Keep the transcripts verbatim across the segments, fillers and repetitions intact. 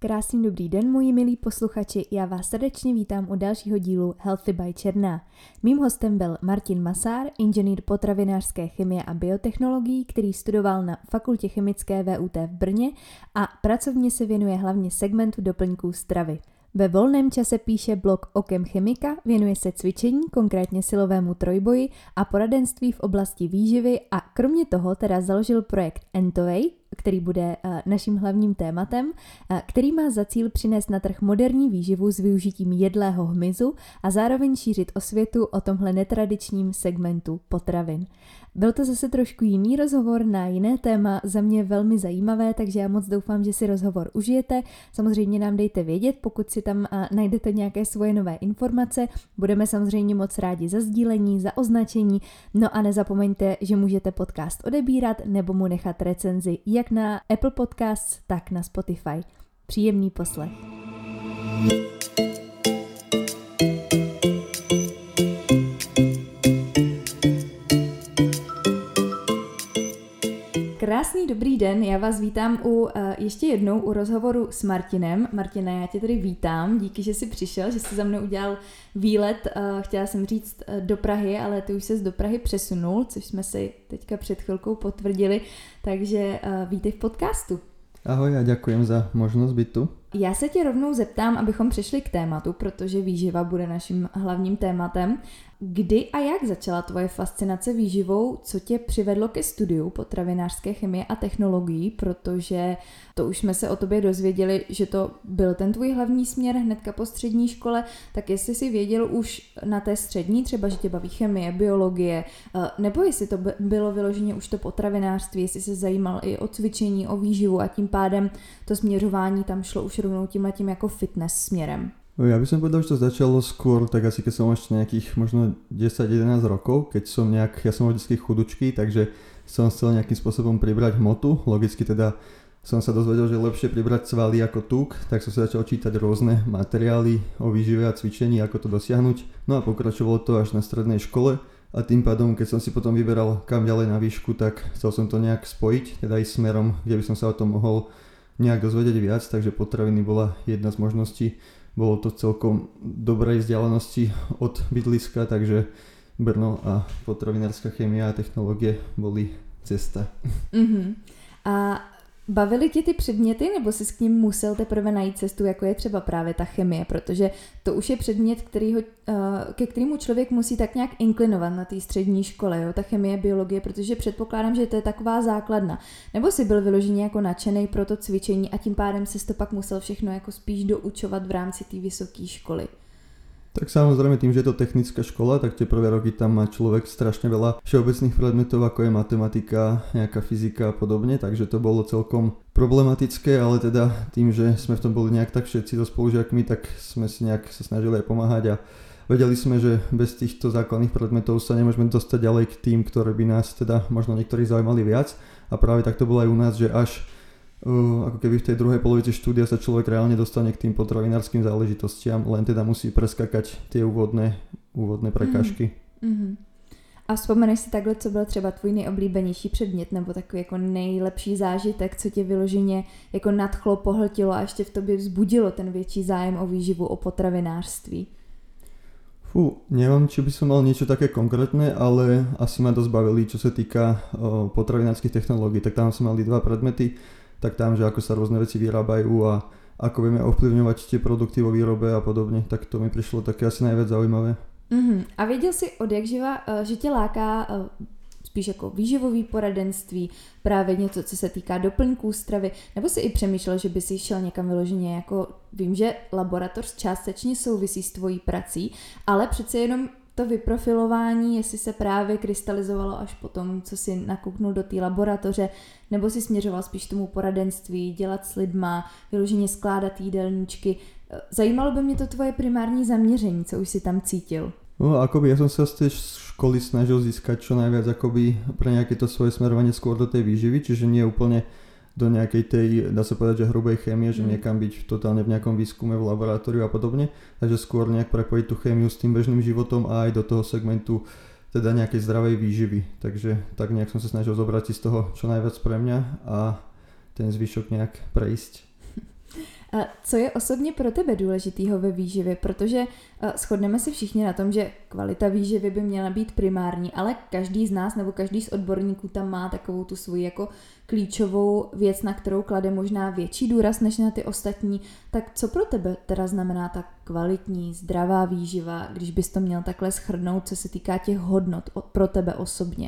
Krásný dobrý den, moji milí posluchači, já vás srdečně vítám u dalšího dílu Healthy by Černá. Mým hostem byl Martin Masár, inženýr potravinářské chemie a biotechnologií, který studoval na Fakultě chemické V U T v Brně a pracovně se věnuje hlavně segmentu doplňků stravy. Ve volném čase píše blog Okem chemika, věnuje se cvičení, konkrétně silovému trojboji a poradenství v oblasti výživy a kromě toho teda založil projekt Entovej, který bude uh, naším hlavním tématem, uh, který má za cíl přinést na trh moderní výživu s využitím jedlého hmyzu a zároveň šířit osvětu o tomhle netradičním segmentu potravin. Byl to zase trošku jiný rozhovor na jiné téma, za mě velmi zajímavé, takže já moc doufám, že si rozhovor užijete. Samozřejmě nám dejte vědět, pokud si tam uh, najdete nějaké svoje nové informace. Budeme samozřejmě moc rádi za sdílení, za označení. No a nezapomeňte, že můžete podcast odebírat nebo mu nechat recenzi jak na Apple Podcasts, tak na Spotify. Příjemný poslech. Krásný dobrý den, já vás vítám u, uh, ještě jednou u rozhovoru s Martinem. Martine, já tě tady vítám, díky, že jsi přišel, že jsi za mnou udělal výlet, uh, chtěla jsem říct uh, do Prahy, ale ty už ses do Prahy přesunul, což jsme si teďka před chvilkou potvrdili, takže uh, vítej v podcastu. Ahoj a ďakujem za možnost být tu. Já se tě rovnou zeptám, abychom přešli k tématu, protože výživa bude naším hlavním tématem. Kdy a jak začala tvoje fascinace výživou, co tě přivedlo ke studiu potravinářské chemie a technologií, protože to už jsme se o tobě dozvěděli, že to byl ten tvůj hlavní směr hnedka po střední škole, tak jestli jsi věděl už na té střední, třeba že tě baví chemie, biologie, nebo jestli to bylo vyloženě už to potravinářství, jestli se zajímal i o cvičení, o výživu a tím pádem to směřování tam šlo už rovnou tímhletím jako fitness směrem. Ja by som povedal, že to začalo skôr, tak asi keď som ešte nejakých možno desať jedenásť rokov, keď som nejak, ja som vždycky chudučký, takže som chcel nejakým spôsobom pribrať hmotu, logicky teda som sa dozvedel, že je lepšie pribrať svaly ako tuk, tak som sa začal čítať rôzne materiály o výžive a cvičení, ako to dosiahnuť, no a pokračovalo to až na strednej škole a tým pádom, keď som si potom vyberal kam ďalej na výšku, tak chcel som to nejak spojiť, teda ísť smerom, kde by som sa o tom mohol nejak dozvedieť viac, takže potraviny bola jedna z možností. Bolo to celkom dobrej vzdialenosti od bydliska, takže Brno a potravinárska chémia a technológie boli cesta. Uh-huh. A bavily tě ty předměty, nebo jsi k ním musel teprve najít cestu, jako je třeba právě ta chemie, protože to už je předmět, kterýho, ke kterému člověk musí tak nějak inklinovat na té střední škole, jo? Ta chemie, biologie, protože předpokládám, že to je taková základna. Nebo jsi byl vyloženě jako nadšenej pro to cvičení a tím pádem jsi to pak musel všechno jako spíš doučovat v rámci té vysoké školy? Tak samozrejme tým, že je to technická škola, tak tie prvé roky tam má človek strašne veľa všeobecných predmetov, ako je matematika, nejaká fyzika a podobne, takže to bolo celkom problematické, ale teda tým, že sme v tom boli nejak tak všetci so spolužiakmi, tak sme si nejak sa snažili aj pomáhať a vedeli sme, že bez týchto základných predmetov sa nemôžeme dostať ďalej k tým, ktoré by nás teda možno niektorých zaujímali viac a práve tak to bolo aj u nás, že až Uh, ako keby v tej druhej polovici štúdia sa človek reálne dostane k tým potravinárskym záležitostiam, len teda musí preskakať tie úvodné, úvodné prekážky. Mm-hmm. A vzpomeneš si takhle, co byl třeba tvůj nejoblíbenější předmět, nebo takový jako nejlepší zážitek, co tě vyloženě jako nadchlo, pohltilo a ještě v tobě vzbudilo ten větší zájem o výživu, o potravinářství? Fú, neviem, či by som mal niečo také konkrétne, ale asi ma dosť bavili, čo sa týka o, potravinárskych technológií. Tak tam sme mali dva predmety, tak tam, že ako sa rôzne veci vyrábajú a ako vieme ovplyvňovať tie produkty vo výrobe a podobne, tak to mi prišlo také asi najviac zaujímavé. Mm-hmm. A věděl jsi od jak živa, že tě láká spíš jako výživový poradenství, právě něco, co se týká doplňků stravy, nebo si i přemýšlel, že by si šel někam vyloženě jako, vím, že laboratoř částečně souvisí s tvojí prací, ale přece jenom to vyprofilování, jestli se právě krystalizovalo až po tom, co si nakouknul do té laboratoře, nebo si směřoval spíš tomu poradenství, dělat s lidma, vyloženě skládat jídelníčky. Zajímalo by mě to tvoje primární zaměření, co už si tam cítil. No, akoby ja som sa z tej školy snažil získať čo najviac akoby pre nejaké to svoje smerovanie skôr do tej výživy, čiže nie úplne do nejakej tej, dá sa povedať, že hrubej chémie, že niekam byť totálne v nejakom výskume v laboratóriu a podobne, takže skôr nejak prepojiť tú chémiu s tým bežným životom a aj do toho segmentu teda nejakej zdravej výživy, takže tak nejak som sa snažil zobrať si z toho čo najviac pre mňa a ten zvyšok nejak prejsť. Co je osobně pro tebe důležitýho ve výživě? Protože shodneme se všichni na tom, že kvalita výživy by měla být primární, ale každý z nás nebo každý z odborníků tam má takovou tu svoji jako klíčovou věc, na kterou klade možná větší důraz než na ty ostatní. Tak co pro tebe teda znamená ta kvalitní, zdravá výživa, když bys to měl takhle shrnout, co se týká těch hodnot pro tebe osobně?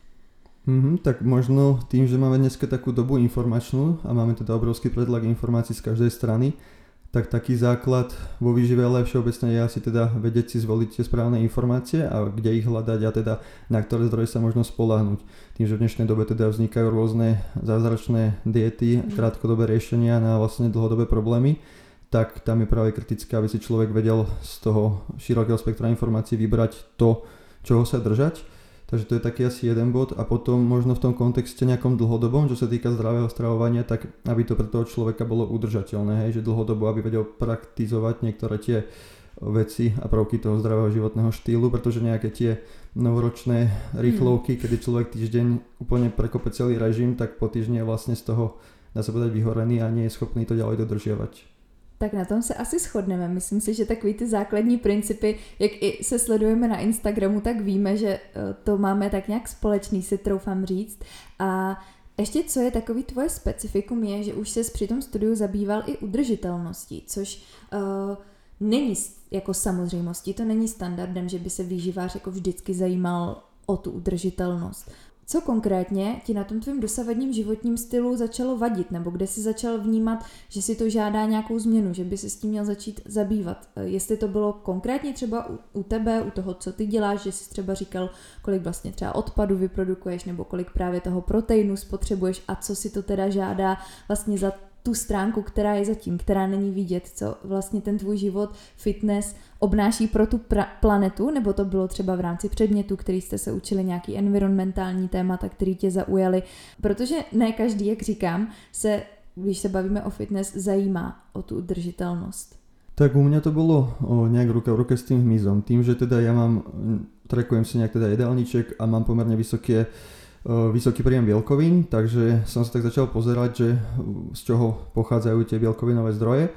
Mm-hmm, tak možno tým, že máme dneska takú dobu informačnú a máme teda obrovský predlak informácií z každej strany, tak taký základ vo výžive, ale všeobecne je asi teda vedieť si zvoliť tie správne informácie a kde ich hľadať a teda na ktoré zdroje sa možno spoľahnúť. Tým, že v dnešnej dobe teda vznikajú rôzne zázračné diety, krátkodobé riešenia na vlastne dlhodobé problémy, tak tam je práve kritické, aby si človek vedel z toho širokého spektra informácií vybrať to, čoho sa držať. Takže to je taký asi jeden bod a potom možno v tom kontexte nejakom dlhodobom, čo sa týka zdravého stravovania, tak aby to pre toho človeka bolo udržateľné, hej, že dlhodobo aby vedel praktizovať niektoré tie veci a prvky toho zdravého životného štýlu, pretože nejaké tie novoročné rýchlovky, hmm. kedy človek týždeň úplne prekope celý režim, tak po týždni je vlastne z toho, dá sa povedať, vyhorený a nie je schopný to ďalej dodržiavať. Tak na tom se asi shodneme. Myslím si, že takový ty základní principy, jak i se sledujeme na Instagramu, tak víme, že to máme tak nějak společný, si troufám říct. A ještě co je takový tvoje specifikum je, že už ses při tom studiu zabýval i udržitelností, což uh, není jako samozřejmostí, to není standardem, že by se výživář jako vždycky zajímal o tu udržitelnost. Co konkrétně ti na tom tvém dosavadním životním stylu začalo vadit, nebo kde jsi začal vnímat, že si to žádá nějakou změnu, že by se s tím měl začít zabývat? Jestli to bylo konkrétně třeba u, u tebe, u toho, co ty děláš, že jsi třeba říkal, kolik vlastně třeba odpadu vyprodukuješ, nebo kolik právě toho proteinu spotřebuješ a co si to teda žádá vlastně za tu stránku, která je zatím, která není vidět, co vlastně ten tvůj život, fitness obnáší pro tu pra- planetu, nebo to bylo třeba v rámci předmětu, který jste se učili, nějaký environmentální témata, který tě zaujaly, protože ne každý, jak říkám, se, když se bavíme o fitness, zajímá o tu udržitelnost. Tak u mňa to bolo o, nejak ruka v ruke s tým hmyzom. Tým, že teda ja mám, trekujem si nejak teda jedálniček a mám pomerne vysoké vysoký príjem bielkovín, takže som sa tak začal pozerať, že z čoho pochádzajú tie bielkovinové zdroje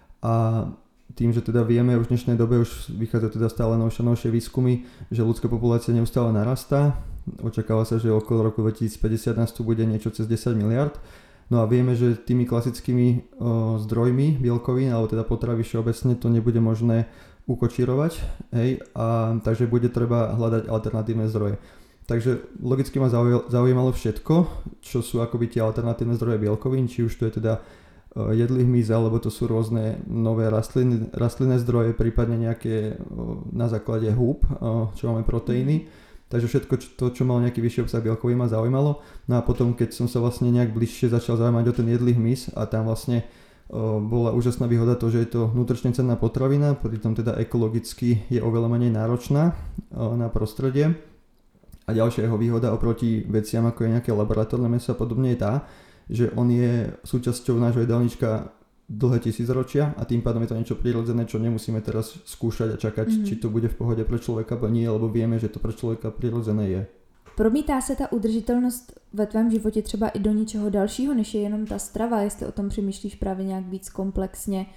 a tým, že teda vieme už v dnešnej dobe, už vychádzajú teda stále novšie novšie výskumy, že ľudská populácia neustále narastá, očakáva sa, že okolo roku dvetisícpäťdesiat nás tu bude niečo cez desať miliárd, no a vieme, že tými klasickými o, zdrojmi bielkovín, alebo teda potravy všeobecne to nebude možné ukočírovať, hej, a takže bude treba hľadať alternatívne zdroje. Takže logicky ma zaujímalo všetko, čo sú akoby tie alternatívne zdroje bielkovín, či už to je teda jedlý hmyz, alebo to sú rôzne nové rastliny, rastlinné zdroje, prípadne nejaké na základe húb, čo máme proteíny. Takže všetko to, čo malo nejaký vyšší obsah bielkovín, ma zaujímalo. No a potom, keď som sa vlastne nejak bližšie začal zaujímať o ten jedlý hmyz a tam vlastne bola úžasná výhoda to, že je to nutrične cenná potravina, pritom teda ekologicky je oveľa menej náročná na prostredie. A ďalšia jeho výhoda oproti veciam ako je nejaké laboratórne mäso a podobne je tá, že on je súčasťou nášho jedálnička dlhé tisícročia a tým pádom je to niečo prirodzené, čo nemusíme teraz skúšať a čakať, mm-hmm. či to bude v pohode pre človeka, alebo nie, lebo vieme, že to pre človeka prirodzené je. Promítá se ta udržitelnost ve tvém životě třeba i do něčeho dalšího, než je jenom ta strava, jestli o tom přemýšlíš právě nějak víc komplexně,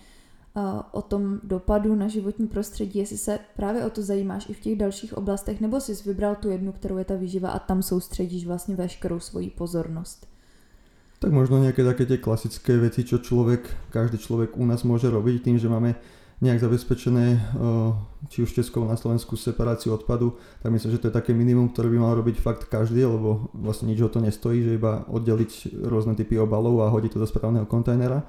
o tom dopadu na životní prostředí, jestli se právě o to zajímáš i v těch dalších oblastech, nebo jsi vybral tu jednu, kterou je ta výživa a tam soustředíš vlastně veškerou svoji pozornost? Tak možno nejaké také tie klasické veci, čo človek, každý človek u nás môže robiť tým, že máme nejak zabezpečené či už Českou na Slovensku separáciu odpadu, tak myslím, že to je také minimum, ktoré by mal robiť fakt každý, lebo vlastne nič ho to nestojí, že iba oddeliť rôzne typy obalov a hodiť to do správneho kontajnera.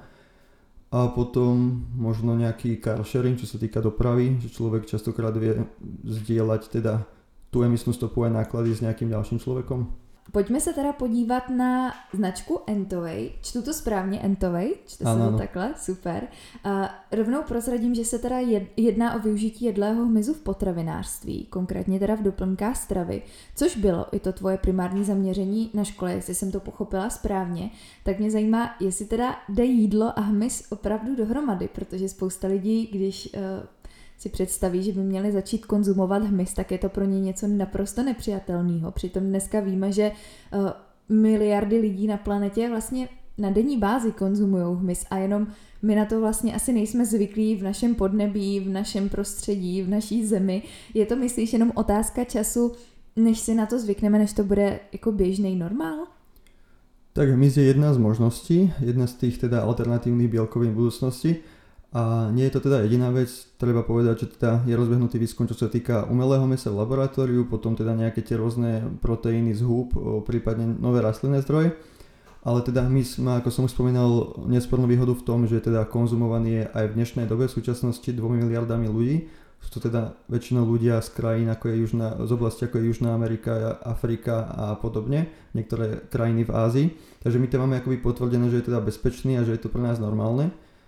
A potom možno nejaký car sharing, čo sa týka dopravy, že človek častokrát vie zdieľať teda tú emisnú stopu aj náklady s nejakým ďalším človekom. Pojďme se teda podívat na značku Entovej. Čtu to správně, Entovej? Čte se to takhle? Super. A rovnou prozradím, že se teda jedná o využití jedlého hmyzu v potravinářství, konkrétně teda v doplňkách stravy, což bylo i to tvoje primární zaměření na škole, jestli jsem to pochopila správně. Tak mě zajímá, jestli teda jde jídlo a hmyz opravdu dohromady, protože spousta lidí, když uh, si představí, že by měli začít konzumovat hmyz, tak je to pro ně něco naprosto nepřijatelného. Přitom dneska víme, že uh, miliardy lidí na planetě vlastně na denní bázi konzumují hmyz a jenom my na to vlastně asi nejsme zvyklí v našem podnebí, v našem prostředí, v naší zemi. Je to, myslíš, jenom otázka času, než si na to zvykneme, než to bude jako běžný normál? Tak hmyz je jedna z možností, jedna z tých teda alternatívnych bielkovín budúcnosti. A nie je to teda jediná vec, treba povedať, že teda je rozbehnutý výskum, čo sa týka umelého mäsa v laboratóriu, potom teda nejaké tie rôzne proteíny z húb, prípadne nové rastlinné zdroje. Ale teda hmyz má, ako som už spomínal, nespornú výhodu v tom, že teda konzumovaný je aj v dnešnej dobe, v súčasnosti dvomi miliardami ľudí. Sú to teda väčšinou ľudia z krajín, ako je Južná, z oblasti ako je Južná Amerika, Afrika a podobne, niektoré krajiny v Ázii. Takže my tam máme akoby potvrdené, že je teda bezpečný a že je to pre nás normálne.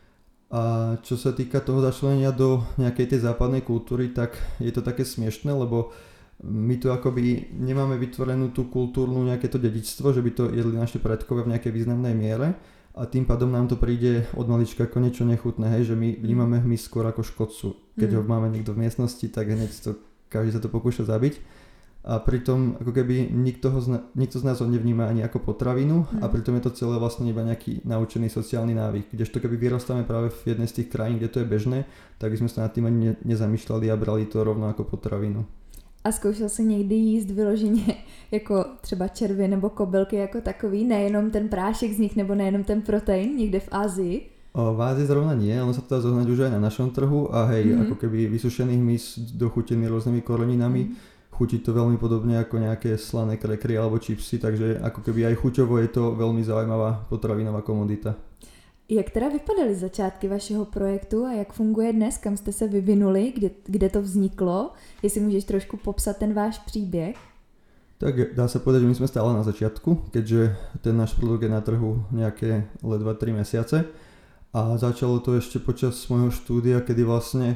A čo sa týka toho začlenenia do nejakej tej západnej kultúry, tak je to také smiešné, lebo my tu akoby nemáme vytvorenú tú kultúrnu nejaké to dedičstvo, že by to jedli naši predkovia v nejakej významnej miere a tým pádom nám to príde od malička ako niečo nechutné, hej, že my vnímame hmyz skôr ako škodcu. Keď mm. ho máme niekto v miestnosti, tak hneď to, každý sa to pokúša zabiť. A pritom ako keby nikto, ho zna, nikto z nás ho nevníma ani ako potravinu mm. a pritom je to celé vlastne iba nejaký naučený sociálny návyk. Kdežto keby vyrastáme práve v jednej z tých krajín, kde to je bežné, tak by sme sa nad tým ani ne, nezamýšľali a brali to rovno ako potravinu. A zkoušel jsi někdy jíst vyloženě jako třeba červy nebo kobylky jako takový, nejenom ten prášek z nich nebo nejenom ten protein někde v Ázii? O, v Ázii zrovna nie, ono sa to dá zohnať už aj na našom trhu a hej, mm-hmm. ako keby vysušený hmyz dochutený rôznymi koreninami. Mm-hmm. Chutí to veľmi podobne ako nejaké slané krekry alebo čipsy, takže ako keby aj chuťovo je to veľmi zaujímavá potravinová komodita. Jak teda vypadaly začátky vašeho projektu a jak funguje dnes, kam jste se vyvinuli, kde, kde to vzniklo? Jestli můžeš trošku popsat ten váš příběh? Tak dá sa povedať, že my sme stále na začiatku, keďže ten náš produkt je na trhu nejaké ledva tri mesiace a začalo to ešte počas môjho štúdia, kedy vlastne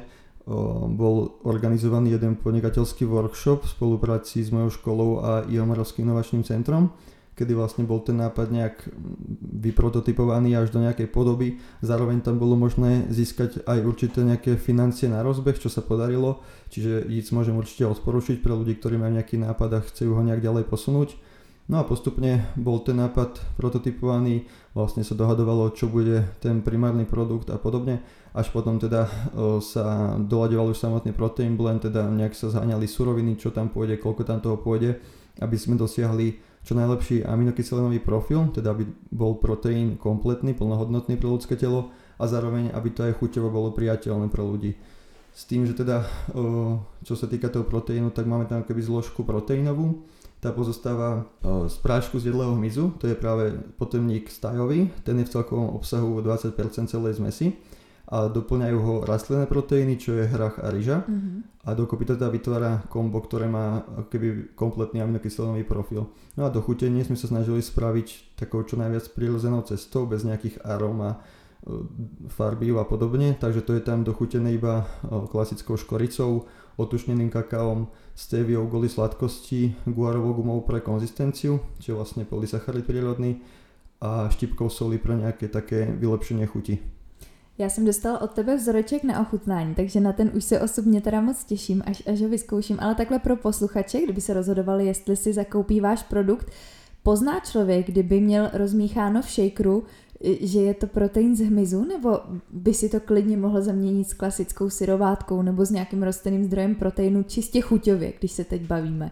bol organizovaný jeden podnikateľský workshop v spolupráci s mojou školou a IOMarovským inovačným centrom, kedy vlastne bol ten nápad nejak vyprototypovaný až do nejakej podoby. Zároveň tam bolo možné získať aj určité nejaké financie na rozbeh, čo sa podarilo, čiže jíc môžem určite odporučiť pre ľudí, ktorí majú nejaký nápad a chcú ho nejak ďalej posunúť. No a postupne bol ten nápad prototypovaný, vlastne sa dohadovalo, čo bude ten primárny produkt a podobne, až potom teda o, sa doľaďoval už samotný protein blend, teda nejak sa zháňali suroviny, čo tam pôjde, koľko tam toho pôjde, aby sme dosiahli čo najlepší aminokyselinový profil, teda aby bol proteín kompletný, plnohodnotný pre ľudské telo a zároveň aby to aj chuťovo bolo priateľné pre ľudí. S tým, že teda o, čo sa týka toho proteínu, tak máme tam keby zložku proteínovú. Tá pozostáva z prášku z jedlého hmyzu, to je práve potemník stajový, ten je v celkovom obsahu dvadsať percent celej zmesi a doplňajú ho rastlinné proteíny, čo je hrach a ryža mm-hmm. a dokopy to teda vytvára kombo, ktoré má keby kompletný aminokyselinový profil. No a do chutenie sme sa snažili spraviť takou čo najviac prirodzenou cestou, bez nejakých aróm a farbív a podobne, takže to je tam dochutené iba klasickou škoricou, otučneným kakaom, steviou kvôli sladkosti, guarovou gumou pre konzistenciu, čo je vlastne polysacharid prírodný a štipkou soli pre nejaké také vylepšenie chuti. Já jsem dostala od tebe vzoreček na ochutnání, takže na ten už se osobně teda moc těším, až, až ho vyzkouším, ale takhle pro posluchače, kdyby se rozhodovali, jestli si zakoupí váš produkt, pozná člověk, kdyby měl rozmícháno v shakeru, že je to protein z hmyzu, nebo by si to klidně mohl zaměnit s klasickou syrovátkou nebo s nějakým rostlinným zdrojem proteinu čistě chuťově, když se teď bavíme?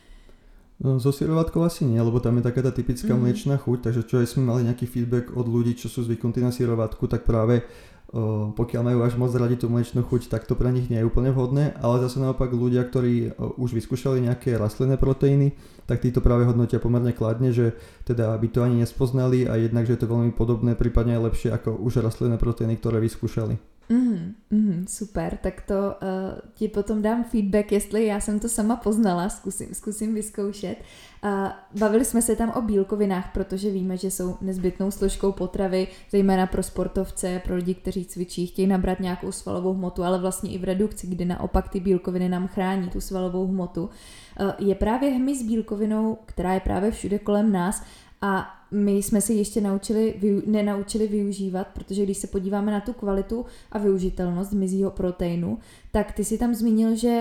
No, so syrovátkou asi nie, lebo tam je taká tá typická mm. mliečna chuť, takže čo aj sme mali nejaký feedback od ľudí, čo sú zvyknutí na syrovátku, tak práve o, pokiaľ majú až moc radi tú mliečnú chuť, tak to pre nich nie je úplne vhodné, ale zase naopak ľudia, ktorí o, už vyskúšali nejaké rastlinné proteíny, tak títo práve hodnotia pomerne kladne, že teda by to ani nespoznali a jednak, že je to veľmi podobné, prípadne aj lepšie ako už rastlinné proteíny, ktoré vyskúšali. Mm, mm, super, tak to uh, ti potom dám feedback, jestli já jsem to sama poznala, zkusím, zkusím vyzkoušet. Uh, bavili jsme se tam o bílkovinách, protože víme, že jsou nezbytnou složkou potravy, zejména pro sportovce, pro lidi, kteří cvičí, chtějí nabrat nějakou svalovou hmotu, ale vlastně i v redukci, kdy naopak ty bílkoviny nám chrání tu svalovou hmotu. Uh, je právě hmyz bílkovinou, která je právě všude kolem nás, a my jsme si ještě naučili, nenaučili využívat, protože když se podíváme na tu kvalitu a využitelnost hmyzího proteinu, tak ty si tam zmínil, že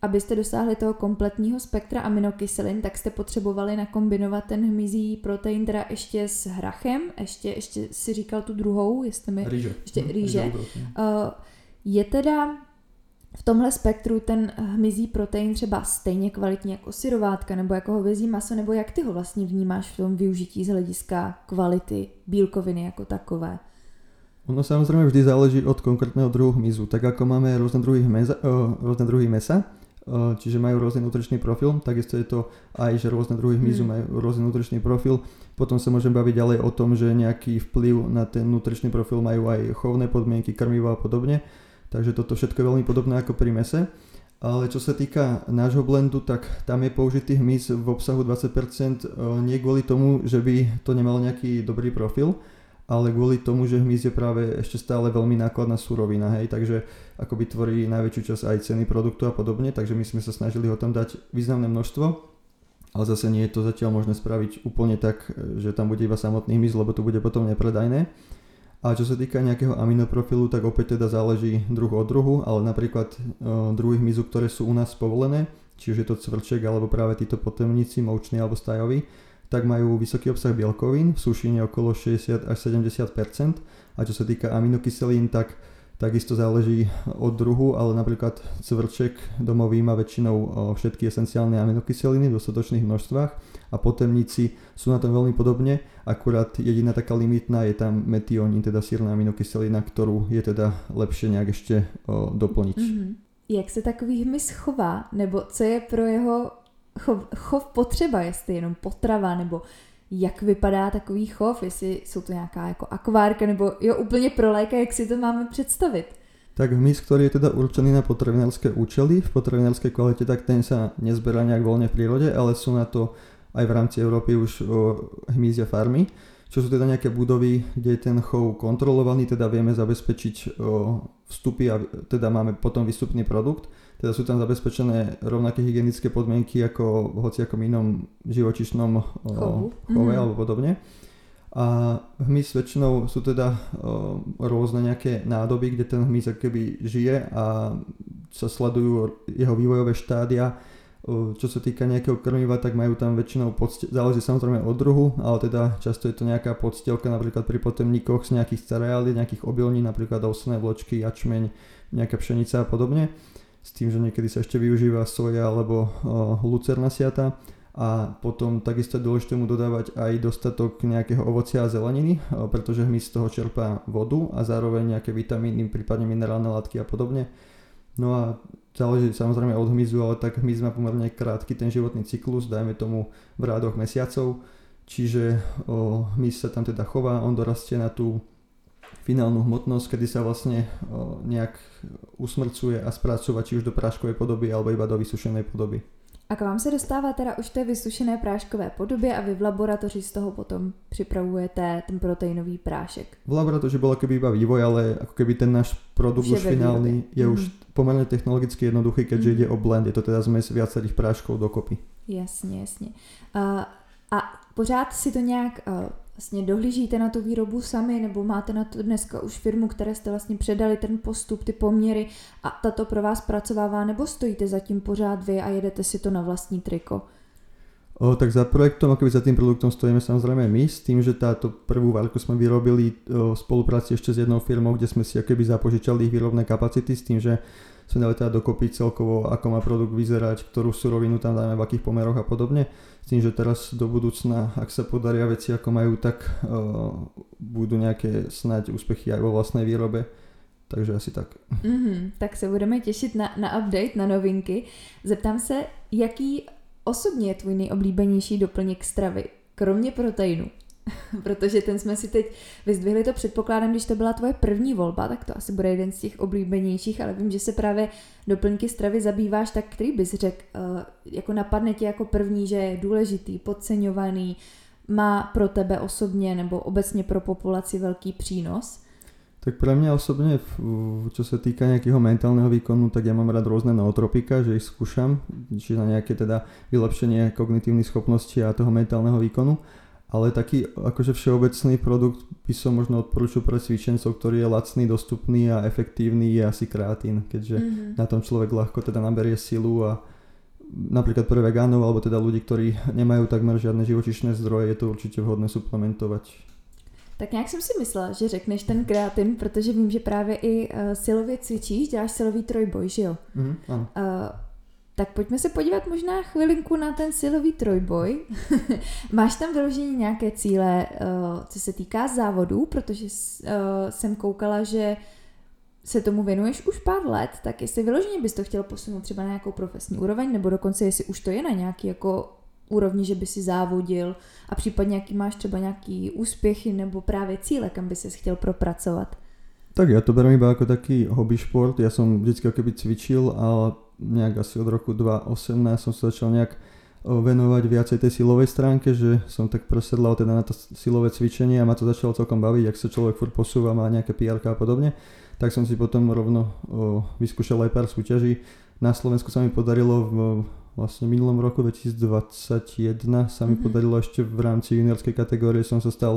abyste dosáhli toho kompletního spektra aminokyselin, tak jste potřebovali nakombinovat ten hmyzí protein teda ještě s hrachem, ještě, ještě si říkal tu druhou, jestli mi... Rýže. Ještě hm, rýže. Uh, je teda v tomhle spektru ten hmyzí protein třeba stejně kvalitní jako syrovátka nebo jako hovězí maso, nebo jak ty ho vlastně vnímáš v tom využití z hlediska kvality bílkoviny jako takové? Ono samozrejme vždy záleží od konkrétneho druhu hmyzu. Tak ako máme rôzne druhy, meza, uh, rôzne druhy mesa, uh, čiže majú rôzny nutričný profil, takisto je to aj, že rôzne druhy hmyzu mm. majú rôzny nutričný profil. Potom sa môžem baviť ďalej o tom, že nejaký vplyv na ten nutričný profil majú aj chovné podmienky, krmivo a podobne. Takže toto všetko je veľmi podobné ako pri mese. Ale čo sa týka nášho blendu, tak tam je použitý hmyz v obsahu dvadsať percent nie kvôli tomu, že by to nemalo nejaký dobrý profil, ale kvôli tomu, že hmyz je práve ešte stále veľmi nákladná surovina, hej, takže akoby tvorí najväčšiu časť aj ceny produktu a podobne, takže my sme sa snažili ho tam dať významné množstvo, ale zase nie je to zatiaľ možné spraviť úplne tak, že tam bude iba samotný hmyz, lebo to bude potom nepredajné. A čo sa týka nejakého aminoprofilu, tak opäť teda záleží druh od druhu, ale napríklad e, druhy hmyzu, ktoré sú u nás povolené, či už je to cvrček alebo práve títo potemníci, moučný alebo stajoví, tak majú vysoký obsah bielkovín, v sušine okolo šesťdesiat až sedemdesiat percent. A čo sa týka aminokyselín, tak takisto záleží od druhu, ale napríklad cvrček domový má väčšinou všetky esenciálne aminokyseliny v dostatočných množstvách a potemníci sú na tom veľmi podobne, akurát jediná taká limitná je tam metionín, teda sírna aminokyselina, ktorú je teda lepšie nejak ešte o, doplniť. Mm-hmm. Jak se takový hmyz chová, nebo co je pro jeho chov, chov potřeba, jestli jenom potrava, nebo jak vypadá takový chov, jestli jsou to nějaká jako akvárka, nebo jo, úplně pro léka, jak si to máme představit? Tak hmyz, ktorý je teda určený na potravinárske účely, v potravinárskej kvalite, tak ten sa nezberá nejak voľne v prírode, ale sú na to aj v rámci Európy už o, hmyzia farmy, čo sú teda nejaké budovy, kde je ten chov kontrolovaný, teda vieme zabezpečiť o, vstupy a teda máme potom výstupný produkt. Teda sú tam zabezpečené rovnaké hygienické podmienky ako v hociakom inom živočišnom chovu. chove mm. alebo podobne. A hmyz väčšinou sú teda o, rôzne nejaké nádoby, kde ten hmyz akoby žije a sa sledujú jeho vývojové štádia. O, čo sa týka nejakého krmiva, tak majú tam väčšinou podstiel, záleží samozrejme od druhu, ale teda často je to nejaká podstielka napríklad pri potemníkoch z nejakých cereálí, nejakých obilnín, napríklad ovsné vločky, jačmeň, nejaká pšenica a podobne. S tým, že niekedy sa ešte využíva soja alebo o, lucerna siata a potom takisto je dôležité mu dodávať aj dostatok nejakého ovocia a zeleniny, o, pretože hmyz z toho čerpá vodu a zároveň nejaké vitamíny, prípadne minerálne látky a podobne. No a záleží samozrejme od hmyzu, ale tak hmyz má pomerne krátky ten životný cyklus, dajme tomu v rádoch mesiacov, čiže o, hmyz sa tam teda chová, on dorastie na tú finálnu hmotnosť, kedy sa vlastne o, nejak usmrcuje a spracúva či už do práškovej podoby alebo iba do vysušenej podoby. A k vám se dostává teda už té vysušené práškové podobě a vy v laboratoři z toho potom připravujete ten proteinový prášek. V laboratoři bol keby iba vývoj, ale ako keby ten náš produkt už finálny je mm. už pomerne technologicky jednoduchý, keďže mm. ide o blend, je to teda zmes viacerých práškov dokopy. Jasně, jasně. Uh, a pořád si to nějak uh, vlastně dohlížíte na tu výrobu sami, nebo máte na to dneska už firmu, které jste vlastně předali ten postup, ty poměry a ta to pro vás pracovává, nebo stojíte zatím pořád vy a jedete si to na vlastní triko? O, tak za projektom, akoby za tým produktom stojíme samozrejme my, s tým, že táto prvú várku sme vyrobili o, v spolupráci ešte s jednou firmou, kde sme si akoby zapožičali ich výrobné kapacity, s tým, že sme dali teda dokopy celkovo, ako má produkt vyzerať, ktorú surovinu tam dáme, v akých pomeroch a podobne. S tým, že teraz do budúcna, ak sa podaria veci ako majú, tak uh, budú nejaké snáď úspechy aj vo vlastnej výrobe. Takže asi tak. Mm-hmm, tak se budeme těšit na, na update, na novinky. Zeptám se, jaký osobně je tvůj nejoblíbenější doplněk stravy, kromě proteinu? Protože ten jsme si teď vyzdvihli, to předpokládám, když to byla tvoje první volba, tak to asi bude jeden z těch oblíbenějších, ale vím, že se právě doplňky stravy zabýváš, tak který bys řekl, jako napadne ti jako první, že je důležitý, podceňovaný, má pro tebe osobně nebo obecně pro populaci velký přínos? Tak pre mňa osobne, čo sa týka nejakého mentálneho výkonu, tak ja mám rád rôzne nootropika, že ich skúšam, čiže na nejaké teda vylepšenie kognitívnych schopností a toho mentálneho výkonu. ale taký akože všeobecný produkt by som možno odporúčil pre cvičencov, ktorý je lacný, dostupný a efektívny, je asi kreatín, keďže mm-hmm. na tom človek ľahko teda naberie silu a napríklad pre vegánov alebo teda ľudí, ktorí nemajú takmer žiadne živočišné zdroje, je to určite vhodné suplementovať. Tak nějak jsem si myslela, že řekneš ten kreatin, protože vím, že právě i uh, silově cvičíš, děláš silový trojboj, že jo? Mm, ano. Uh, tak pojďme se podívat možná chvilinku na ten silový trojboj. Máš tam vyloženě nějaké cíle, uh, co se týká závodů, protože uh, jsem koukala, že se tomu věnuješ už pár let, tak jestli vyloženě bys to chtěl posunout třeba na nějakou profesní úroveň, nebo dokonce jestli už to je na nějaký jako úrovni, že by si závodil a případně jaký máš třeba nějaký úspěchy nebo právě cíle, kam by ses chtěl propracovat? Tak ja to beriem iba ako taký hobby šport. Ja som vždycky keby cvičil a nejak asi od roku dva tisíc osemnásť som sa začal nejak venovať viacej tej silovej stránke, že som tak presedlal teda na to silové cvičenie a ma to začalo celkom baviť, ak sa človek furt posúva, má nejaké pé erka a podobne. Tak som si potom rovno o, vyskúšal aj pár súťaží. Na Slovensku sa mi podarilo v vlastne minulom roku dvetisícdvadsaťjeden sa mi mm-hmm. podarilo ešte v rámci juniorskej kategórie som sa stal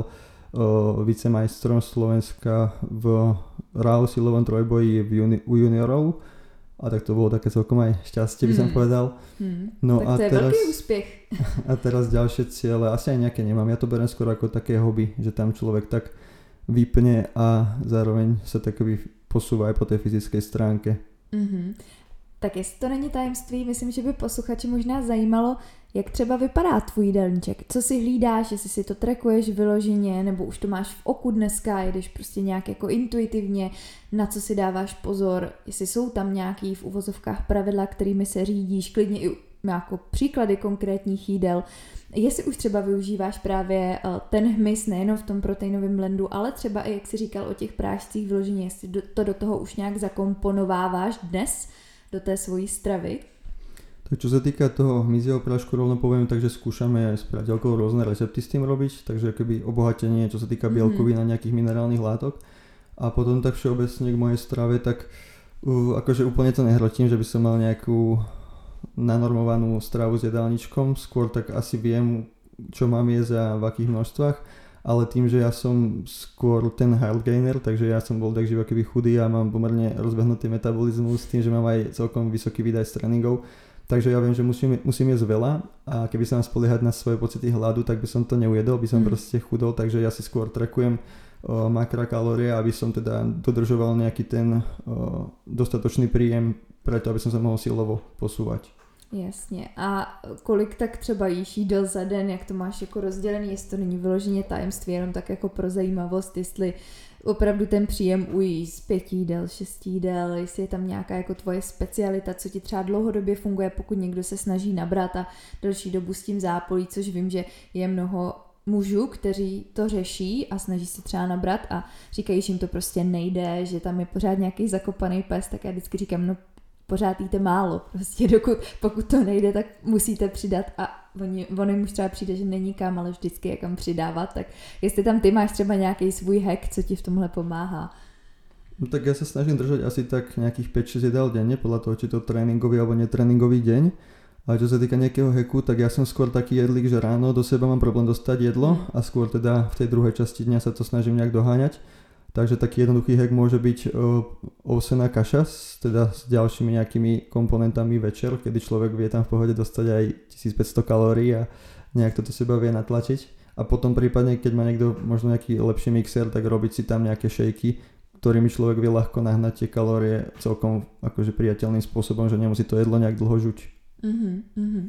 o, vicemajstrom Slovenska v er á u silovom trojboji v juni, u juniorov a tak to bolo také celkom aj šťastie, by som mm. povedal. Mm. No tak to a je teraz, veľký úspech. A teraz ďalšie ciele, asi aj nejaké nemám, ja to beriem skôr ako také hobby, že tam človek tak vypne a zároveň sa tak posúva aj po tej fyzickej stránke. Mm-hmm. Tak jestli to není tajemství, myslím, že by posluchači možná zajímalo, jak třeba vypadá tvůj jídelníček. Co si hlídáš, jestli si to trackuješ vyloženě, nebo už to máš v oku dneska, jdeš prostě nějak jako intuitivně, na co si dáváš pozor, jestli jsou tam nějaký v uvozovkách pravidla, kterými se řídíš, klidně i jako příklady konkrétních jídel. Jestli už třeba využíváš právě ten hmyz nejenom v tom proteinovém blendu, ale třeba i, jak jsi říkal o těch prášcích vyloženě, jestli to do toho už nějak zakomponováváš dnes, do té svojí stravy. Tak čo sa týka toho hmyzieho prášku, rovno poviem, takže skúšame aj s priateľkou rôzne recepty s tým robiť, takže keby obohatenie, čo sa týka bielkovín a nejakých minerálnych látok. A potom tak všeobecne k mojej strave, tak uh, akože úplne to nehrotím, že by som mal nejakú nanormovanú stravu s jedálničkom, skôr tak asi viem, čo mám jesť a v akých množstvách. Ale tým, že ja som skôr ten health gainer, takže ja som bol tak živo keby chudý a mám pomerne rozbehnutý metabolizmus, tým, že mám aj celkom vysoký výdaj z tréningov, takže ja viem, že musím, musím jesť veľa a keby sa mám spoliehať na svoje pocity hladu, tak by som to neujedol, by som mm. proste chudol, takže ja si skôr trackujem o, makrokalórie, aby som teda dodržoval nejaký ten o, dostatočný príjem preto, aby som sa mohol silovo posúvať. Jasně. A kolik tak třeba jíš jídel za den, jak to máš jako rozdělený, jestli to není vyloženě tajemství, jenom tak jako pro zajímavost, jestli opravdu ten příjem ujíš z pět jídel, šest jídel, jestli je tam nějaká jako tvoje specialita, co ti třeba dlouhodobě funguje, pokud někdo se snaží nabrat a delší dobu s tím zápolí, což vím, že je mnoho mužů, kteří to řeší a snaží se třeba nabrat a říkají, že jim to prostě nejde, že tam je pořád nějaký zakopaný pes, tak já vždycky říkám, no pořád jíte málo, prostě dokud, pokud to nejde, tak musíte přidat a oni, oni už třeba přijde, že není kam, ale vždycky je kam přidávat, tak jestli tam ty máš třeba nějaký svůj hack, co ti v tomhle pomáhá. No tak ja sa snažím držať asi tak nejakých päť šesť jedál denne, podľa toho, či to tréningový alebo netréningový deň. A čo sa týka nejakého hacku, tak ja som skôr taký jedlík, že ráno do seba mám problém dostať jedlo a skôr teda v tej druhej časti dňa sa to snažím nejak doháňať. Takže taký jednoduchý hack môže byť ovsená kaša, teda s ďalšími nejakými komponentami večer, kedy človek vie tam v pohode dostať aj tisícpäťsto kalórií a nejak to do seba vie natlačiť. A potom prípadne, keď má niekto možno nejaký lepší mixer, tak robiť si tam nejaké šejky, ktorými človek vie ľahko nahnať tie kalórie celkom akože priateľným spôsobom, že nemusí to jedlo nejak dlho žuť. Uh-huh, uh-huh.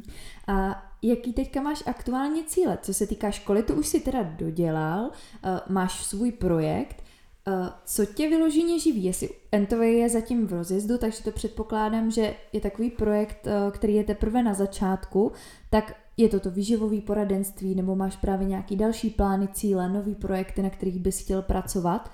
A jaký teďka máš aktuálně cíle? Co se týká školy, to už si teda dodělal, uh, máš svůj projekt. Uh, co tě vyloženě živí? Jestli Entovej je zatím v rozjezdu, takže to předpokládám, že je takový projekt, uh, který je teprve na začátku, tak je to to výživové poradenství, nebo máš právě nějaký další plány, cíle, nový projekty, na kterých bys chtěl pracovat?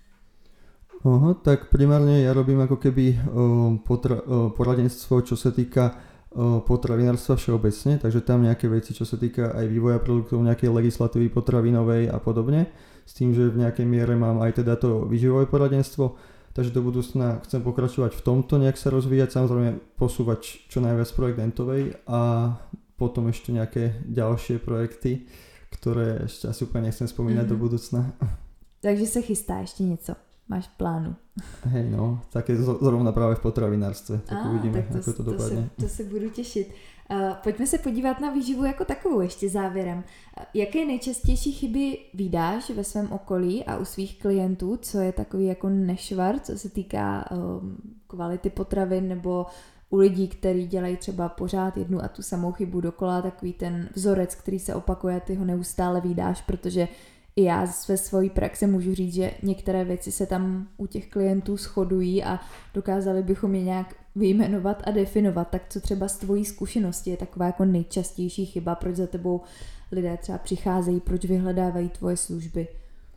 Aha, tak primárne ja robím ako keby o, potra- o, poradenstvo, čo sa týka o, potravinárstva všeobecne, takže tam nejaké veci, čo sa týka aj vývoja produktov, nejakej legislatívy potravinovej a podobne, s tým, že v nejakej miere mám aj teda to výživové poradenstvo, takže do budúcna chcem pokračovať v tomto, nejak sa rozvíjať, samozrejme posúvať čo najviac projekt Entovej a potom ešte nejaké ďalšie projekty, ktoré ešte asi úplne nechcem spomínať mm-hmm. do budúcna. Takže se chystá ještě něco? Máš v plánu? Hej no, také zrovna právě v potravinárstve. Tak ah, uvidíme, tak to, ako to dopadne. To se, to se budu těšit. Uh, pojďme se podívat na výživu jako takovou ještě závěrem. Uh, jaké nejčastější chyby vídáš ve svém okolí a u svých klientů, co je takový jako nešvar, co se týká um, kvality potravin, nebo u lidí, kteří dělají třeba pořád jednu a tu samou chybu dokola, takový ten vzorec, který se opakuje, ty ho neustále vídáš, protože i já ve své praxi můžu říct, že některé věci se tam u těch klientů shodují a dokázali bychom je nějak vyjmenovat a definovat. Tak co třeba z tvojí zkušenosti je taková jako nejčastější chyba, proč za tebou lidé třeba přicházejí, proč vyhledávají tvoje služby?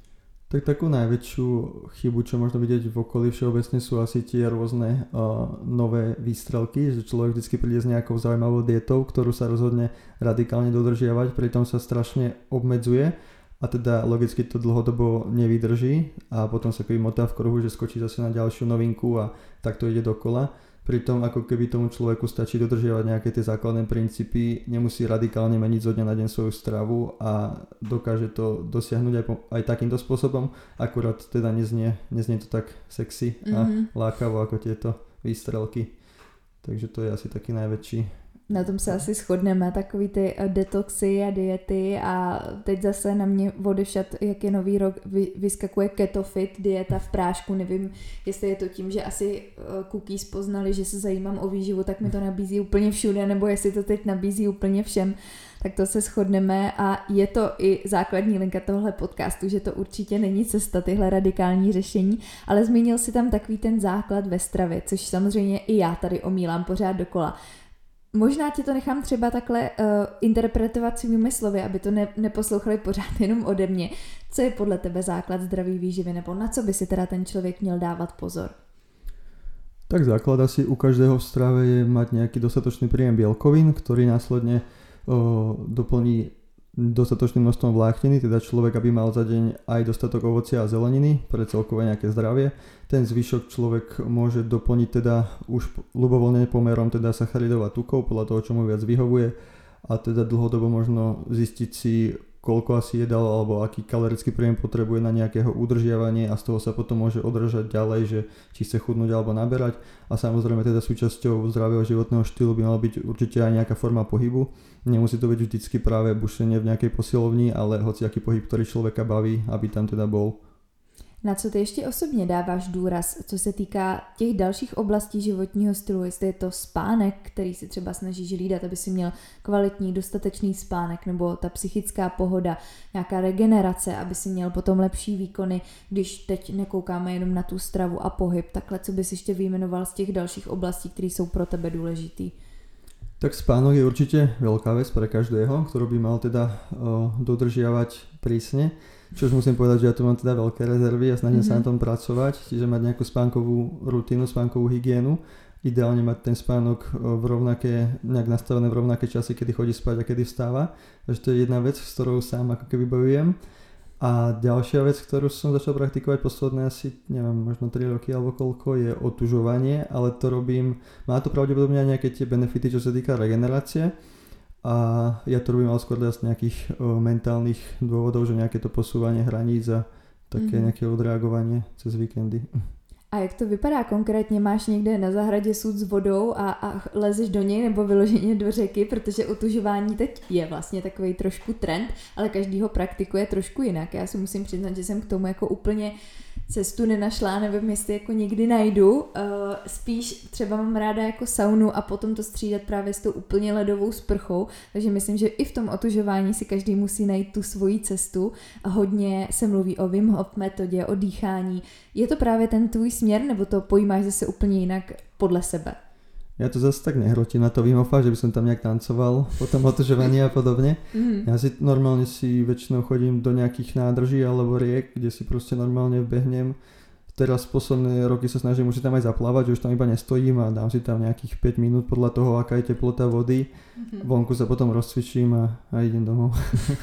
Tak takú najväčšiu chybu, čo možno vidieť v okolí všeobecne, sú asi tie rôzne uh, nové výstrelky, že človek vždycky príde s nejakou zaujímavou dietou, ktorú sa rozhodne radikálne dodržiavať, pritom sa strašne obmedzuje a teda logicky to dlhodobo nevydrží a potom sa keby motá v kruhu, že skočí zase na ďalšiu novinku a tak to ide dokola. Pritom ako keby tomu človeku stačí dodržiavať nejaké tie základné princípy, nemusí radikálne meniť zo dňa na deň svoju stravu a dokáže to dosiahnuť aj, po, aj takýmto spôsobom, akurát teda neznie, neznie to tak sexy a mm-hmm. lákavo ako tieto výstrelky. Takže to je asi taký najväčší. Na tom se asi shodneme, takový ty detoxy a diety a teď zase na mě odešat, jak je nový rok, vy, vyskakuje Keto Fit, dieta v prášku, nevím, jestli je to tím, že asi cookies poznali, že se zajímám o výživu, tak mi to nabízí úplně všude, nebo jestli to teď nabízí úplně všem, tak to se shodneme a je to i základní linka tohle podcastu, že to určitě není cesta, tyhle radikální řešení, ale zmínil si tam takový ten základ ve stravě, což samozřejmě i já tady omílám pořád dokola. Možná ti to nechám třeba takhle uh, interpretovat svými slovy, aby to ne, neposlouchali pořád jenom ode mě. Co je podle tebe základ zdraví výživy, nebo na co by si teda ten člověk měl dávat pozor? Tak základ asi u každého v strave je mať nejaký dostatočný príjem bielkovín, ktorý následne uh, doplní dostatočným množstvom vlákniny, teda človek aby mal za deň aj dostatok ovocia a zeleniny pre celkové nejaké zdravie. Ten zvyšok človek môže doplniť teda už ľubovoľne pomerom teda sacharidov a tukov podľa toho, čo mu viac vyhovuje a teda dlhodobo možno zistiť si, koľko asi jedal alebo aký kalorický príjem potrebuje na nejakého udržiavanie a z toho sa potom môže održať ďalej, že či chce chudnúť alebo naberať a samozrejme teda súčasťou zdravého životného štýlu by mala byť určite aj nejaká forma pohybu. Nemusí to byť vždycky práve bušenie v nejakej posilovni, ale hociaký pohyb, ktorý človeka baví, aby tam teda bol. Na co ty ještě osobně dáváš důraz, co se týká těch dalších oblastí životního stylu, jestli je to spánek, který si třeba snažíš hlídat, aby si měl kvalitní, dostatečný spánek, nebo ta psychická pohoda, nějaká regenerace, aby si měl potom lepší výkony, když teď nekoukáme jenom na tu stravu a pohyb, takhle co bys ještě vyjmenoval z těch dalších oblastí, které jsou pro tebe důležitý? Tak spánok je určite veľká vec pre každého, ktorú by mal teda uh, dodržiavať prísne. Čož musím povedať, že ja tu mám teda veľké rezervy a snažím mm-hmm. sa na tom pracovať, čiže mať nejakú spánkovú rutinu, spánkovú hygienu. Ideálne mať ten spánok v rovnaké, nejak nastavené v rovnaké časy, kedy chodí spať a kedy vstáva. Takže to je jedna vec, s ktorou sám ako keby bojujem. A ďalšia vec, ktorú som začal praktikovať posledné asi, neviem, možno tri roky alebo koľko, je otužovanie, ale to robím, má to pravdepodobne aj nejaké tie benefity, čo sa týka regenerácie. A ja to robím ale skôr z nejakých o, mentálnych dôvodov, že nejaké to posúvanie hraníc a také mm-hmm. nejaké odreagovanie cez víkendy. A jak to vypadá konkrétně? Máš někde na zahradě sud s vodou a, a lezeš do něj nebo vyloženě do řeky, protože otužování teď je vlastně takový trošku trend, ale každý ho praktikuje trošku jinak. Já si musím přiznat, že jsem k tomu jako úplně cestu nenašla, nevím, jestli jako někdy najdu. Uh, spíš třeba mám ráda jako saunu a potom to střídat právě s tou úplně ledovou sprchou, takže myslím, že i v tom otužování si každý musí najít tu svoji cestu. A hodně se mluví o Wim Hof metodě, o dýchání. Je to právě ten tvůj směr, nebo to pojímáš zase úplně jinak podle sebe? Ja to zase tak nehrotím na to Wim Hofa, že by som tam nejak tancoval po tom otužovaní a podobne. Mm. Ja si normálne si väčšinou chodím do nejakých nádrží alebo riek, kde si proste normálne vbehnem. Teraz posledné roky sa snažím už si tam aj zaplávať, že už tam iba nestojím a dám si tam nejakých päť minút podľa toho, aká je teplota vody. Mm-hmm. Vonku sa potom rozcvičím a, a idem domov.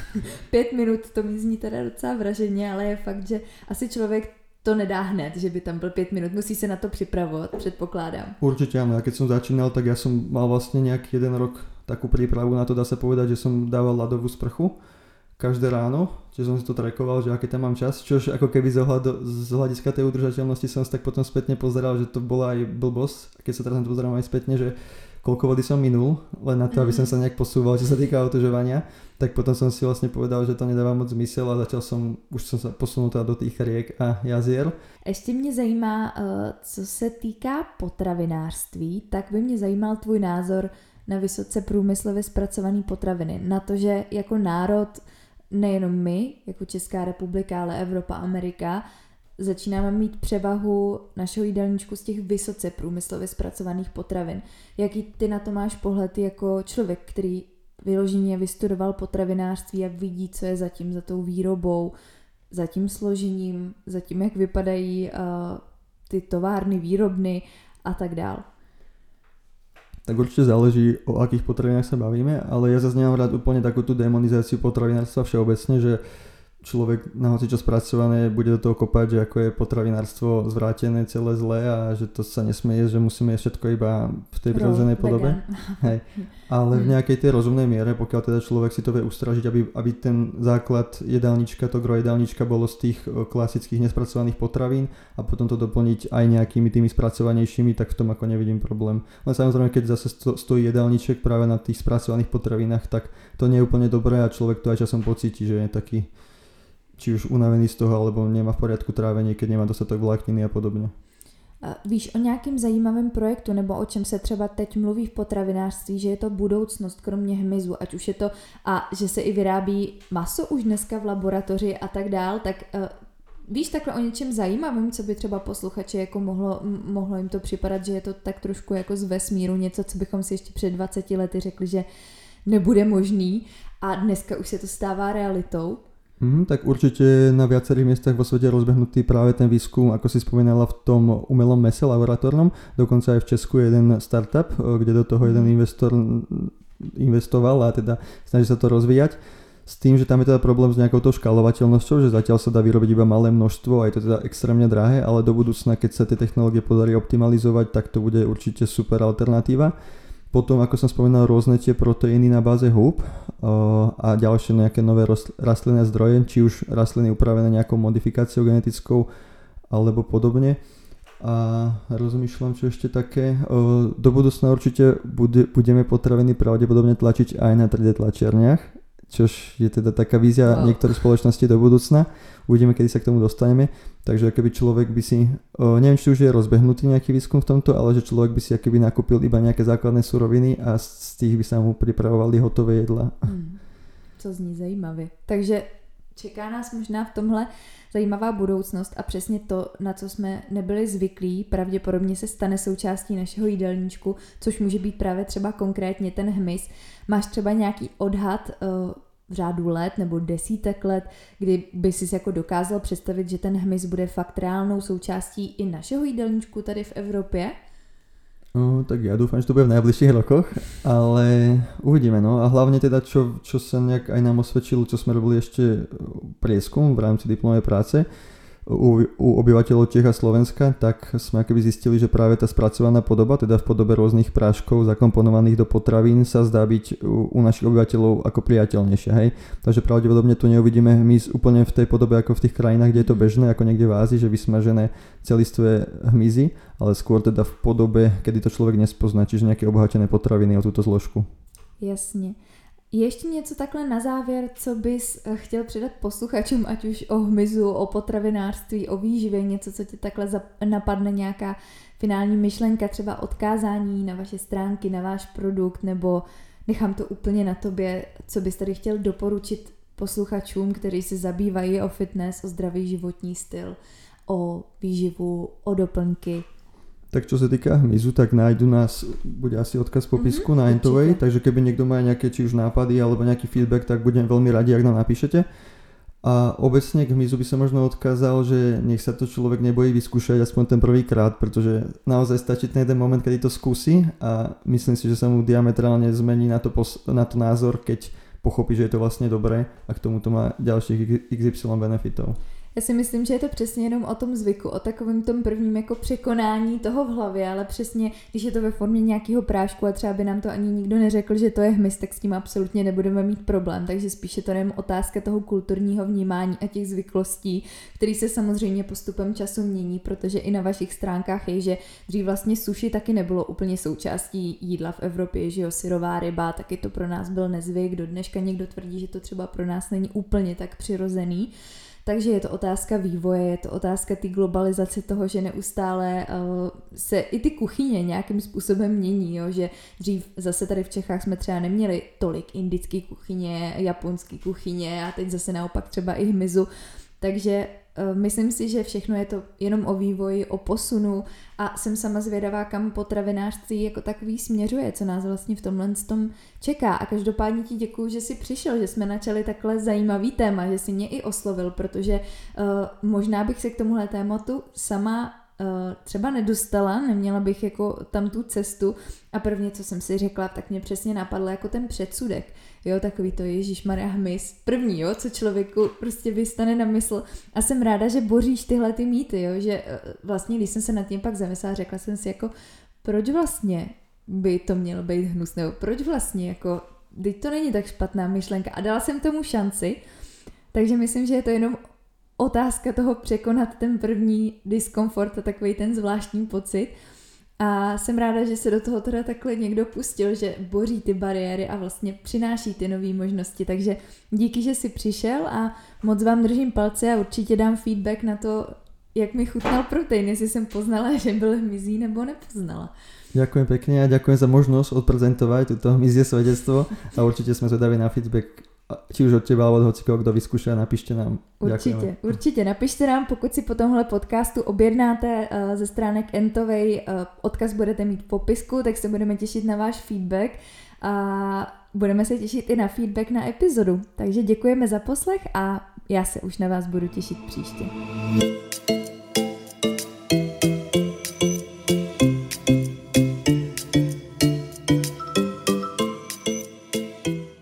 Pět minut, to mi zní teda docela vraženě, ale je fakt, že asi člověk to nedá hned, že by tam byl pět minut, musí se na to připravovat, předpokládám. Určite áno, a keď som začínal, tak ja som mal vlastne nejaký jeden rok takú prípravu na to, dá sa povedať, že som dával ľadovú sprchu, každé ráno, čiže som si to trackoval, že aký tam mám čas, čož ako keby z, ohľadu, z hľadiska tej udržateľnosti som si tak potom spätne pozeral, že to bola aj blbosť, keď sa teraz na to pozerám aj spätne, že koľko vody som minul, len na to, aby som sa nejak posúval, čo sa týka otužovania, tak potom som si vlastne povedal, že to nedává moc zmysel a začal som, už som sa posunul do tých riek a jazier. Ještě mě zajímá, co se týká potravinářství, tak by mě zajímal tvůj názor na vysoce průmyslově zpracované potraviny. Na to, že jako národ, nejenom my, jako Česká republika, ale Evropa, Amerika, začínáme mít převahu našeho jídelníčku z těch vysoce průmyslově zpracovaných potravin. Jaký ty na to máš pohled jako člověk, který vyloženě vystudoval potravinářství a vidí, co je zatím za tou výrobou, za tím složením, za tím, jak vypadají uh, ty továrny, výrobny a tak dál? Tak určite záleží, o akých potravinách sa bavíme, ale ja zase nemám rád úplne takú tú demonizáciu potravinárstva všeobecne, že človek na hocičo spracované bude do toho kopať, že ako je potravinárstvo zvrátené, celé zlé a že to sa nesmie jesť, že musíme jesť všetko iba v tej prirodzenej podobe. Hej. Ale v nejakej tej rozumnej miere, pokiaľ teda človek si to vie ustražiť, aby, aby ten základ jedálnička, to gro jedálnička bolo z tých klasických nespracovaných potravín a potom to doplniť aj nejakými tými spracovanejšími, tak v tom ako nevidím problém. Ale samozrejme, keď zase stojí jedálniček práve na tých spracovaných potravinách, tak to nie je úplne dobré a človek to aj časom pocíti, že je taký či už unavený z toho, alebo nemá v poriadku trávenie, keď nemá dostatok vlákniny a podobně. Víš o nějakém zajímavém projektu, nebo o čem se třeba teď mluví v potravinářství, že je to budoucnost kromě hmyzu, ať už je to, a že se i vyrábí maso už dneska v laboratoři a tak dál, tak uh, víš takhle o něčem zajímavém, co by třeba posluchači jako mohlo, mohlo jim to připadat, že je to tak trošku jako z vesmíru, něco, co bychom si ještě před dvaceti lety řekli, že nebude možný a dneska už se to stává realitou? Mm, tak určite na viacerých miestach vo svete rozbehnutý práve ten výskum, ako si spomínala, v tom umelom mese laboratórnom. Dokonca aj v Česku je jeden startup, kde do toho jeden investor investoval a teda snaží sa to rozvíjať. S tým, že tam je teda problém s nejakou tou škálovateľnosťou, že zatiaľ sa dá vyrobiť iba malé množstvo a je to teda extrémne drahé, ale do budúcna, keď sa tie technológie podarí optimalizovať, tak to bude určite super alternatíva. Potom, ako som spomínal, rôzne tie proteíny na báze húb a ďalšie nejaké nové rastlinné zdroje, či už rastliny upravené nejakou modifikáciou genetickou alebo podobne. A rozmýšľam, čo ešte také. Do budúcna určite budeme potraviny pravdepodobne tlačiť aj na tri dé tlačiarniach, čož je teda taká vízia wow. niektorých spoločností do budúcna. Uvidíme, kedy sa k tomu dostaneme. Takže keby človek by si, neviem, či už je rozbehnutý nejaký výskum v tomto, ale že človek by si keby nakúpil iba nejaké základné suroviny a z tých by sa mu pripravovali hotové jedla. Hmm, co zní zajímavě. Takže čeká nás možná v tomhle zajímavá budoucnost a přesně to, na co jsme nebyli zvyklí, pravděpodobně se stane součástí našeho jídelníčku, což může být právě třeba konkrétně ten hmyz. Máš třeba nějaký odhad uh, v řádu let nebo desítek let, kdy by si jako dokázal představit, že ten hmyz bude fakt reálnou součástí i našeho jídelníčku tady v Evropě? No, tak ja dúfam, že to bude v najbližších rokoch, ale uvidíme, no a hlavne teda, čo, čo sa nejak aj nám osvedčilo, čo sme robili ešte prieskum v rámci diplomovej práce u, u obyvateľov Čech a Slovenska, tak sme akoby zistili, že práve tá spracovaná podoba, teda v podobe rôznych práškov zakomponovaných do potravín sa zdá byť u, u našich obyvateľov ako priateľnejšia, hej. Takže pravdepodobne tu neuvidíme hmyz úplne v tej podobe ako v tých krajinách, kde je to bežné, ako niekde v Ázii, že vysmažené celistvé hmyzy, ale skôr teda v podobe, kedy to človek nespozná, čiže nejaké obohatené potraviny o túto zložku. Jasně. Je ještě něco takhle na závěr, co bys chtěl předat posluchačům, ať už o hmyzu, o potravinářství, o výživě, něco, co ti takhle napadne, nějaká finální myšlenka, třeba odkázání na vaše stránky, na váš produkt, nebo nechám to úplně na tobě, co bys tady chtěl doporučit posluchačům, kteří se zabývají o fitness, o zdravý životní styl, o výživu, o doplňky. Tak čo sa týka hmyzu, tak nájdu nás, bude asi odkaz v popisku mm-hmm, na Entovej, takže keby niekto má nejaké či už nápady alebo nejaký feedback, tak budem veľmi radi, ak nám napíšete. A obecne k hmyzu by som možno odkázal, že nech sa to človek nebojí vyskúšať aspoň ten prvý krát, pretože naozaj stačí ten jeden moment, kedy to skúsi a myslím si, že sa mu diametrálne zmení na to, pos- na to názor, keď pochopí, že je to vlastne dobré a k tomu to má ďalších iks ypsilon benefitov. Já si myslím, že je to přesně jenom o tom zvyku, o takovém tom prvním jako překonání toho v hlavě, ale přesně, když je to ve formě nějakého prášku a třeba by nám to ani nikdo neřekl, že to je hmyz, tak s tím absolutně nebudeme mít problém, takže spíše to jenom otázka toho kulturního vnímání a těch zvyklostí, který se samozřejmě postupem času mění, protože i na vašich stránkách je, že dřív vlastně sushi taky nebylo úplně součástí jídla v Evropě, že jo, syrová ryba, taky to pro nás byl nezvyk, do dneška někdo tvrdí, že to třeba pro nás není úplně tak přirozený. Takže je to otázka vývoje, je to otázka té globalizace toho, že neustále uh, se i ty kuchyně nějakým způsobem mění, jo? Že dřív zase tady v Čechách jsme třeba neměli tolik indické kuchyně, japonské kuchyně a teď zase naopak třeba i hmyzu, takže uh, myslím si, že všechno je to jenom o vývoji, o posunu a jsem sama zvědavá, kam potravinářství jako takový směřuje, co nás vlastně v tomhle tom čeká. A každopádně ti děkuju, že jsi přišel, že jsme načali takhle zajímavý téma, že jsi mě i oslovil, protože uh, možná bych se k tomuhle tématu sama uh, třeba nedostala, neměla bych jako tam tu cestu a prvně, co jsem si řekla, tak mě přesně napadlo jako ten předsudek. Jo, takový to Ježíšmarja hmyz. První, jo, co člověku prostě vystane na mysl. A jsem ráda, že boříš tyhle ty mýty, jo, že vlastně, když jsem se nad tím pak zamyslela, řekla jsem si jako, proč vlastně by to mělo být hnus, nebo proč vlastně, jako, teď to není tak špatná myšlenka. A dala jsem tomu šanci, takže myslím, že je to jenom otázka toho překonat ten první diskomfort a takový ten zvláštní pocit. A jsem ráda, že se do toho teda takhle někdo pustil, že boří ty bariéry a vlastně přináší ty nové možnosti. Takže díky, že jsi přišel a moc vám držím palce a určitě dám feedback na to, jak mi chutnal protein, jestli jsem poznala, že byl hmyzí nebo nepoznala. Ďakujem pekne a ďakujem za možnosť odprezentovať túto hmyzie svedectvo a určite sme zvedaví na feedback, či už od teba alebo od hocikoho, kdo vyskúša, napíšte nám. Určitě, Ďakujeme. Určitě, napište nám, pokud si po tomhle podcastu objednáte uh, ze stránek Entovej, uh, odkaz budete mít v popisku, tak se budeme těšit na váš feedback a budeme se těšit i na feedback na epizodu. Takže děkujeme za poslech a já se už na vás budu těšit příště.